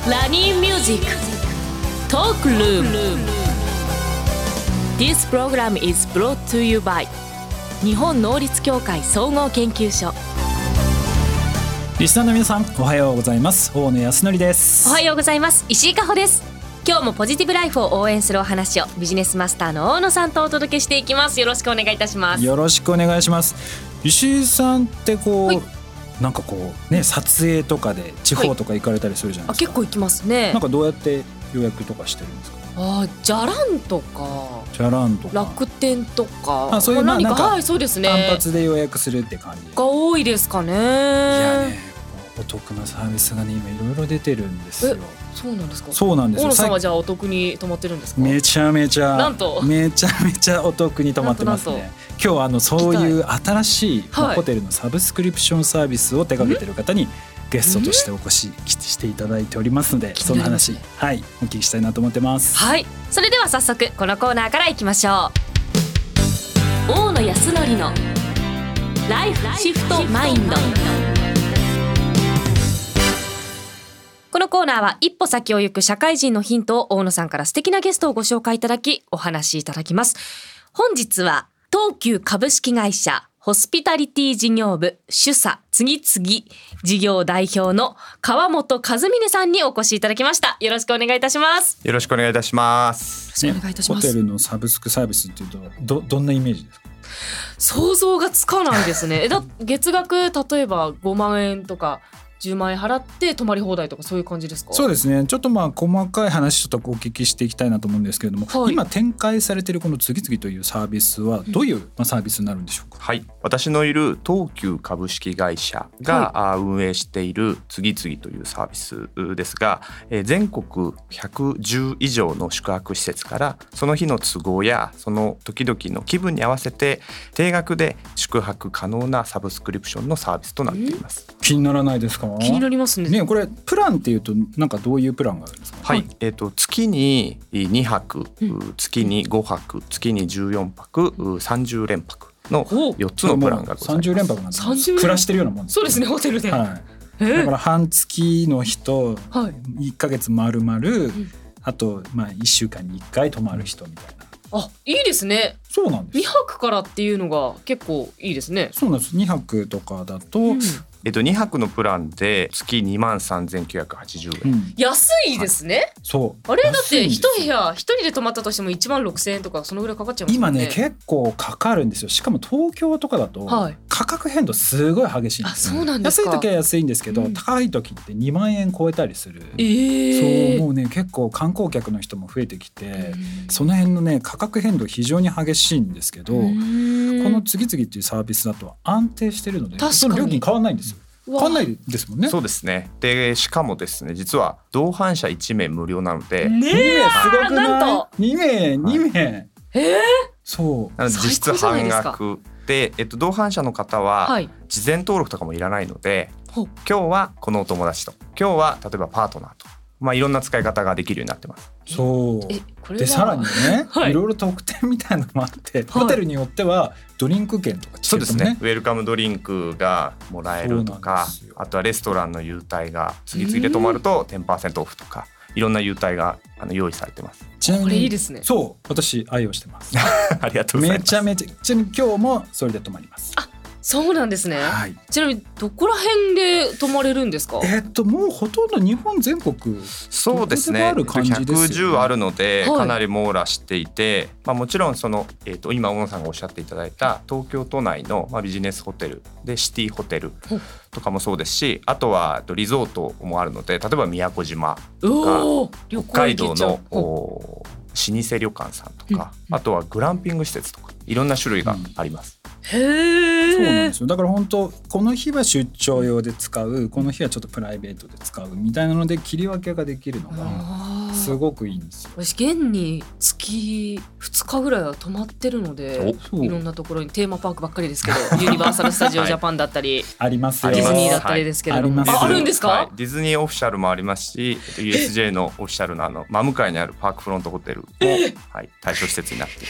ラニーミュージックトークルーム This program is brought to you by 日本能率協会総合研究所。 リスナーの皆さんおはようございます。大野康則です。 おはようございます。石井加穂です。今日もポジティブライフを応援するお話をビジネスマスターの大野さんとお届けしていきます。よろしくお願いいたします。 よろしくお願いします。石井さんってこう、はい、なんかこうね、撮影とかで地方とか行かれたりするじゃないですか。 結構行きますね。 なんかどうやって予約とかしてるんですか？ じゃらんとか楽天とか、 そういう何かはい、そうですね、 単発で予約するって感じが多いですかね。 いやね、お得なサービスがね今いろいろ出てるんですよ。 そうなんですか。 そうなんですよ。 大野さんはじゃあお得に泊まってるんですか？ めちゃめちゃなんとめちゃめちゃお得に泊まってますね。今日そういう新しいホテルのサブスクリプションサービスを手掛けている方にゲストとしてお越ししていただいておりますので、その話、はい、お聞きしたいなと思ってます。 はい、それでは早速このコーナーからいきましょう。大野康則のライフシフトマインド。このコーナーは一歩先を行く社会人のヒントを大野さんから素敵なゲストをご紹介いただきお話しいただきます。本日は東急株式会社ホスピタリティ事業部主査次々事業代表の川本和峰さんにお越しいただきました。よろしくお願いいたします。 よろしくお願いいたします。 よろしくお願いいたします。 ホテルのサブスクサービスっていうと どんなイメージですか？ 想像がつかないですね。月額例えば5万円とか10万円払って泊まり放題とかそういう感じですか？ そうですね。ちょっと細かい話ちょっとお聞きしていきたいなと思うんですけれども、はい、今展開されているこの次々というサービスはどういうサービスになるんでしょうか？ はい、私のいる東急株式会社が運営している次々というサービスですが、全国110以上の宿泊施設からその日の都合やその時々の気分に合わせて定額で宿泊可能なサブスクリプションのサービスとなっています。 気にならないですか？ 気になります ね。 これプランっていうとなんかどういうプランがあるんですか？ はい、月に2泊、月に5泊、月に14泊、30連泊の4つのプランがございます。 30連泊なんて暮らしてるようなもんです、 そうですね、ホテルで、 はい、だから半月の日と1ヶ月丸々、あと1週間に1回泊まる人みたいな。 いいですね。 そうなんです。 2泊からっていうのが結構いいですね。 そうなんです。2泊とかだと、 2泊のプランで月23,980円、 安いですね。 そうあれだって一部屋1人で泊まったとしても16,000円とかそのぐらいかかっちゃいますもんね。 今ね結構かかるんですよ。しかも東京とかだと価格変動すごい激しいんですよ、 そうなんですか。 安い時は安いんですけど、高い時って2万円超えたりする、そうもうね結構観光客の人も増えてきて、その辺のね価格変動非常に激しいんですけど、この次々っていうサービスだと安定してるのでその料金変わらないんですよ。変わんないですもんね。 そうですね。でしかもですね、実は同伴者1名無料なので、 2名すごくない？なんと2名、そうなので実質半額で、同伴者の方は事前登録とかもいらないので、今日はこのお友達と、今日は例えばパートナーと、いろんな使い方ができるようになってます。 そうでさらにね、いろいろ特典みたいなのもあって、ホテルによってはドリンク券とか、 そうですね、ウェルカムドリンクがもらえるとか、あとはレストランの優待が次々で泊まると 10% オフとか、いろんな優待が用意されてます。 ちなみにこれいいですね。 そう私愛用してますありがとうございます。 めちゃめちゃ、ちなみに今日もそれで泊まります。 そうなんですね、ちなみにどこら辺で泊まれるんですか？ もうほとんど日本全国そうですね、110あるのでかなり網羅していて、もちろんその、今大野さんがおっしゃっていただいた東京都内の、ビジネスホテルでシティホテルとかもそうですし、あとはリゾートもあるので、例えば宮古島とか北海道の老舗旅館さんとか、あとはグランピング施設とかいろんな種類があります。 そうなんですよ。だから本当この日は出張用で使う、この日はちょっとプライベートで使うみたいなので切り分けができるのがすごくいいんですよ。 私現に月2日ぐらいは泊まってるので、いろんなところにテーマパークばっかりですけどユニバーサル・スタジオ・ジャパンだったり、 ありますよ。 ディズニーだったりですけれども、あるんですか？ ディズニーオフィシャルもありますし、USJ のオフィシャルの真向かいにあるパークフロントホテルも、対象施設になっています。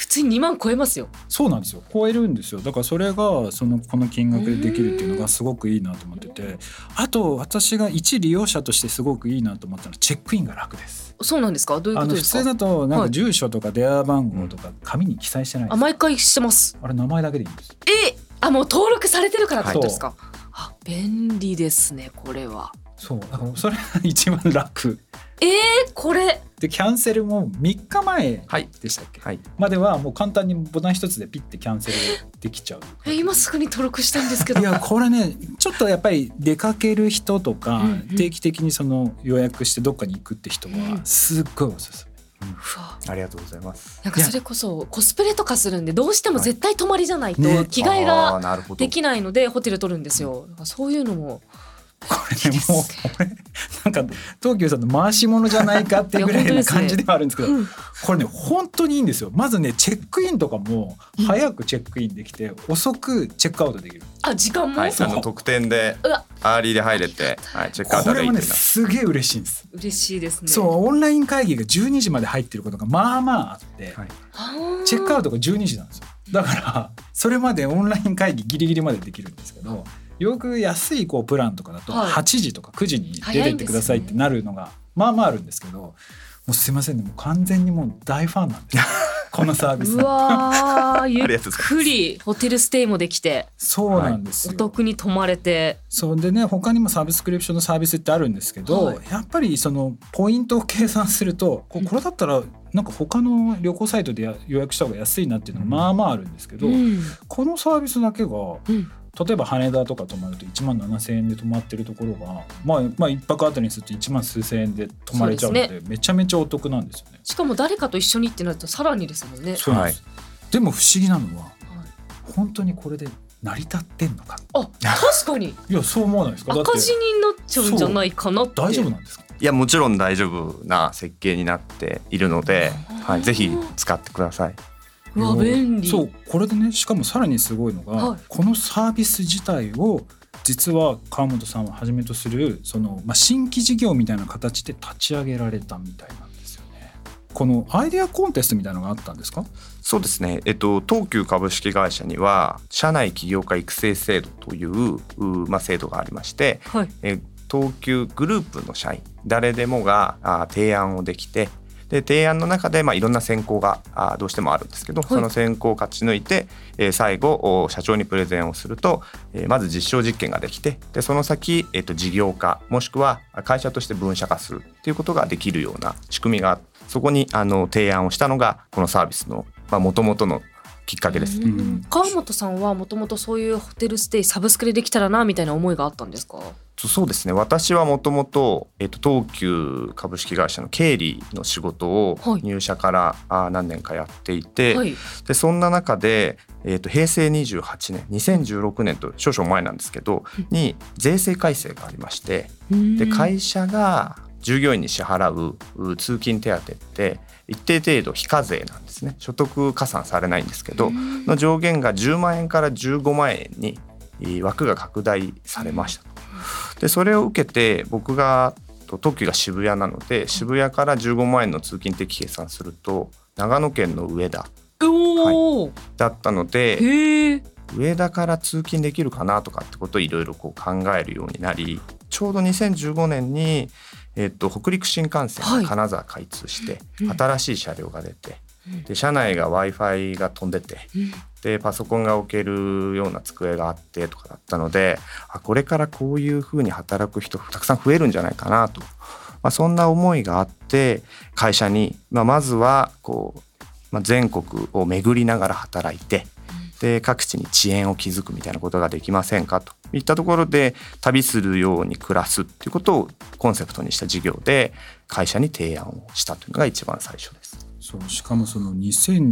普通に2万超えますよ。 そうなんですよ、超えるんですよ。だからそれがこの金額でできるっていうのがすごくいいなと思ってて、あと私が一利用者としてすごくいいなと思ったのはチェックインが楽です。 そうなんですか？どういうことですか？ 普通だとなんか住所とか電話番号とか紙に記載してないですか？ 毎回してます。 あれ名前だけでいいんです。 もう登録されてるからってことですか？便利ですねこれは。 そうだからそれが一番楽。 これでキャンセルも3日前でしたっけ、まではもう簡単にボタン一つでピッてキャンセルできちゃう。 今すぐに登録したいんですけど。 いやこれねちょっとやっぱり出かける人とか、定期的に予約してどっかに行くって人はすっごいおすすめ。 ありがとうござそう。 なんかそれこそコスプレとかするんでどうしても絶対泊まりじゃないと着替えができないのでホテル取るんですよ。そういうのもこれねもうなんか東急さんの回し物じゃないかっていうぐらいな感じではあるんですけど、これね本当にいいんですよ。まずねチェックインとかも早くチェックインできて、遅くチェックアウトできる。 時間も、 特典でアーリーで入れて、チェックアウトできる。 これはねすげえ嬉しいんです。 嬉しいですね。 そうオンライン会議が12時まで入ってることがまあまああって、チェックアウトが12時なんですよ。だからそれまでオンライン会議ギリギリまでできるんですけど、よく安いプランとかだと8時とか9時に出てってくださいってなるのがまあまああるんですけど、もうすいませんねもう完全にもう大ファンなんですよこのサービス。 うわゆっくりホテルステイもできて。 そうなんですよ、 お得に泊まれて。 そうでね他にもサブスクリプションのサービスってあるんですけど、やっぱりポイントを計算するとこれだったらなんか他の旅行サイトで予約した方が安いなっていうのがまあまああるんですけど、このサービスだけが、例えば羽田とか泊まると1万7,000円で泊まってるところが、まあ1泊あたりにすると1万数千円で泊まれちゃうので、めちゃめちゃお得なんですよね。 しかも誰かと一緒にってなるとさらにですもんね。 そうなんです、でも不思議なのは、本当にこれで成り立ってんのか。 確かにいやそう思わないですか？ 赤字になっちゃうんじゃないかなって。 大丈夫なんですか？ いやもちろん大丈夫な設計になっているので、ぜひ使ってください。 便利。 そうこれでねしかもさらにすごいのが、このサービス自体を実は川本さんをはじめとする新規事業みたいな形で立ち上げられたみたいなんですよね。このアイデアコンテストみたいなのがあったんですか？ そうですね、東急株式会社には社内起業家育成制度という、制度がありまして、東急グループの社員誰でもが提案をできて、で提案の中でいろんな選考がどうしてもあるんですけど、その選考を勝ち抜いて、最後社長にプレゼンをすると、まず実証実験ができて、でその先、事業化もしくは会社として分社化するっていうことができるような仕組みが、そこに提案をしたのがこのサービスの元々のきっかけですね。 川本さんはもともとそういうホテルステイサブスクでできたらなみたいな思いがあったんですか？ そうですね、私はもともと東急株式会社の経理の仕事を入社から何年かやっていて、でそんな中で、平成28年2016年と少々前なんですけどに税制改正がありまして、で会社が従業員に支払う通勤手当って一定程度非課税なんですね。所得加算されないんですけど、の上限が10万円から15万円に枠が拡大されました。でそれを受けて僕が東急が渋谷なので、渋谷から15万円の通勤的計算すると長野県の上田、だったので、上田から通勤できるかなとかってことをいろいろ考えるようになり、ちょうど2015年に北陸新幹線が金沢開通して、新しい車両が出て、で車内が Wi-Fi が飛んでて、でパソコンが置けるような机があってとかだったので、これからこういうふうに働く人たくさん増えるんじゃないかなと、そんな思いがあって会社に、まずは全国を巡りながら働いて、で各地に遅延を築くみたいなことができませんかといったところで、旅するように暮らすっていうことをコンセプトにした事業で会社に提案をしたというのが一番最初です。 そうしかもその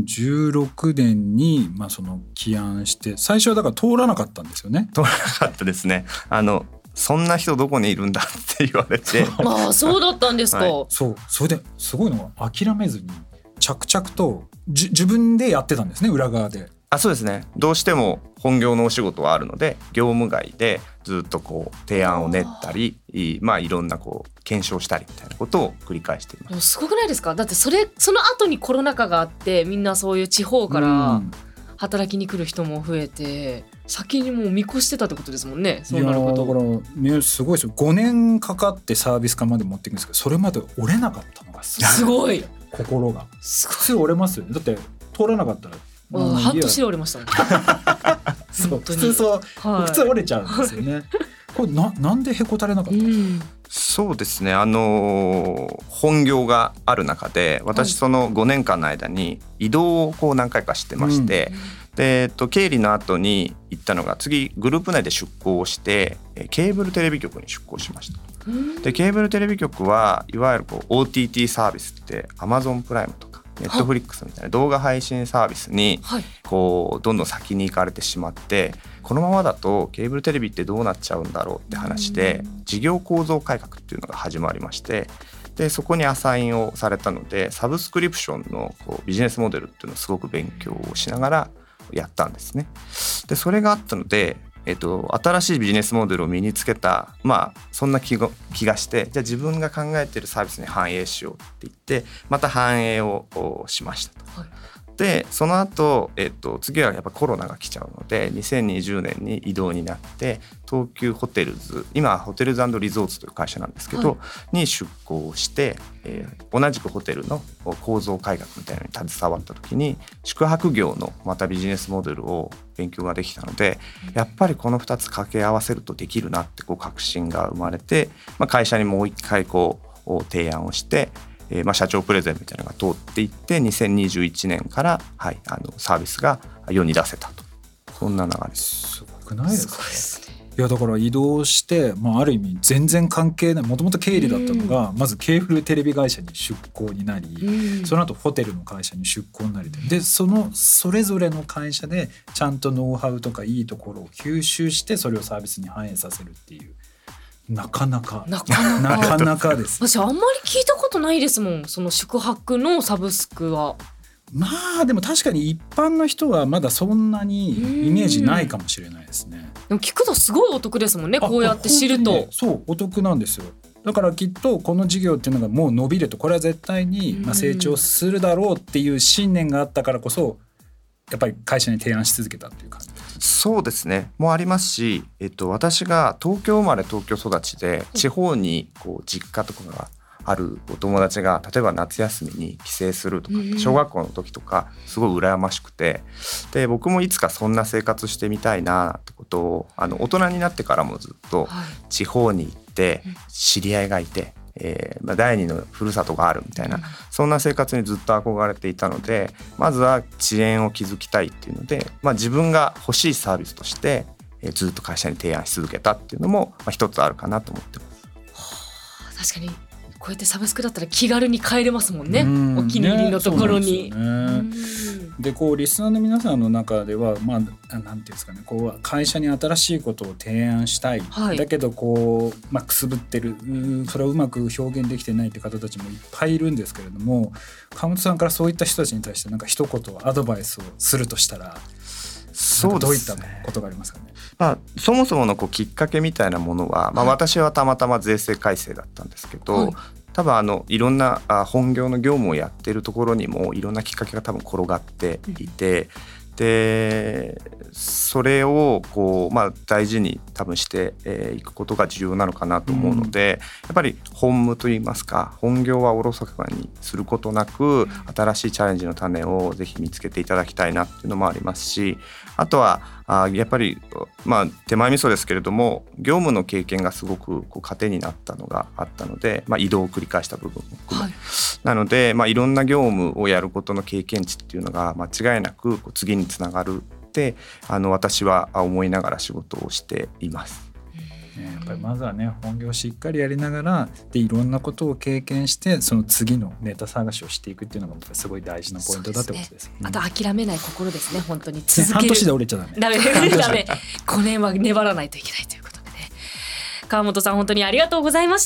2016年に起案して、最初はだから通らなかったんですよね。 通らなかったですね。そんな人どこにいるんだって言われてそうだったんですか。 そうそれですごいのが、諦めずに着々と自分でやってたんですね、裏側で。 そうですね。どうしても本業のお仕事はあるので、業務外でずっとこう提案を練ったり、いろんなこう検証したりみたいなことを繰り返しています。 すごくないですか？だってその後にコロナ禍があって、みんなそういう地方から働きに来る人も増えて、先にもう見越してたってことですもんね。そうなること。 いやだからね、すごいですよ。5年かかってサービス化まで持っていくんですけど、それまで折れなかったのがすごい。 心が普通折れますよね。だって通らなかったら半年で折れましたね。 そう普通そう、はい、普通折れちゃうんですよね。これなんでへこたれなかったんですか？ そうですね、本業がある中で、私その5年間の間に移動をこう何回かしてまして、で経理の後に行ったのが、次グループ内で出向をしてケーブルテレビ局に出向しました。でケーブルテレビ局はいわゆるこう OTT サービスって Amazon プライムとかネットフリックスみたいな動画配信サービスにこうどんどん先に行かれてしまって、このままだとケーブルテレビってどうなっちゃうんだろうって話で、事業構造改革っていうのが始まりまして、でそこにアサインをされたので、サブスクリプションのこうビジネスモデルっていうのをすごく勉強をしながらやったんですね。でそれがあったので、新しいビジネスモデルを身につけた、そんな気がして、じゃあ自分が考えているサービスに反映しようって言ってまた反映をしましたと。でその後、次はやっぱコロナが来ちゃうので、2020年に異動になって東急ホテルズ、今ホテルズ&リゾーツという会社なんですけど、に出向して、同じくホテルの構造改革みたいなのに携わった時に、宿泊業のまたビジネスモデルを勉強ができたので、やっぱりこの2つ掛け合わせるとできるなってこう確信が生まれて、会社にもう一回こう提案をして、社長プレゼンみたいなのが通っていって、2021年から、サービスが世に出せたと、そんな流れです。 すごくないですか？すごいですね。いやだから移動して、ある意味全然関係ない、もともと経理だったのが、まずケーブルテレビ会社に出向になり、その後ホテルの会社に出向になりで、それぞれの会社でちゃんとノウハウとかいいところを吸収して、それをサービスに反映させるっていう、なかなかです。 私あんまり聞いたことないですもん、その宿泊のサブスクは。 でも確かに一般の人はまだそんなにイメージないかもしれないですね。 でも聞くとすごいお得ですもんね、こうやって知ると、ね、 そうお得なんですよ。だからきっとこの事業っていうのがもう伸びると、これは絶対に成長するだろうっていう信念があったからこそ、やっぱり会社に提案し続けたっていう感じ。 そうですね、もありますし、私が東京生まれ東京育ちで、地方にこう実家とかがあるお友達が例えば夏休みに帰省するとか、小学校の時とかすごい羨ましくて、で僕もいつかそんな生活してみたいなってことを大人になってからもずっと地方に行って知り合いがいて、第二のふるさとがあるみたいな、そんな生活にずっと憧れていたので、まずは遅延を築きたいっていうので、自分が欲しいサービスとしてずっと会社に提案し続けたっていうのも一つあるかなと思ってます。 確かにこうやってサブスクだったら気軽に帰れますもんね、お気に入りのところに。 でこうリスナーの皆さんの中では、なんていうんですかね、こう会社に新しいことを提案したい、だけどこう、くすぶってる、それをうまく表現できてないって方たちもいっぱいいるんですけれども、川本さんからそういった人たちに対してなんか一言アドバイスをするとしたら、どういったことがありますかね？ そもそものこうきっかけみたいなものは、私はたまたま税制改正だったんですけど、多分いろんな本業の業務をやっているところにもいろんなきっかけが多分転がっていて、でそれをこう、大事に多分していくことが重要なのかなと思うので、やっぱり本務といいますか、本業はおろそかにすることなく、新しいチャレンジの種をぜひ見つけていただきたいなっていうのもありますし、あとはやっぱり、手前味噌ですけれども、業務の経験がすごくこう糧になったのがあったので、移動を繰り返した部分も含め、なので、いろんな業務をやることの経験値っていうのが間違いなくこう次につながるって私は思いながら仕事をしています。 やっぱりまずはね、本業をしっかりやりながらでいろんなことを経験して、その次のネタ探しをしていくっていうのがすごい大事なポイントだってことです。 あと諦めない心ですね。本当に続ける、 半年で折れちゃダメダメ5年は粘らないといけないということでね。川本さん、本当にありがとうございました。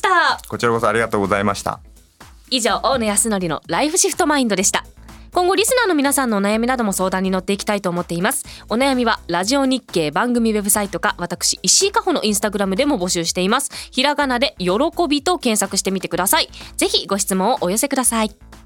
こちらこそありがとうございました。 以上、大野康則のライフシフトマインドでした。 今後リスナーの皆さんのお悩みなども相談に乗っていきたいと思っています。お悩みはラジオ日経番組ウェブサイトか私石井加穂のインスタグラムでも募集しています。ひらがなで喜びと検索してみてください。ぜひご質問をお寄せください。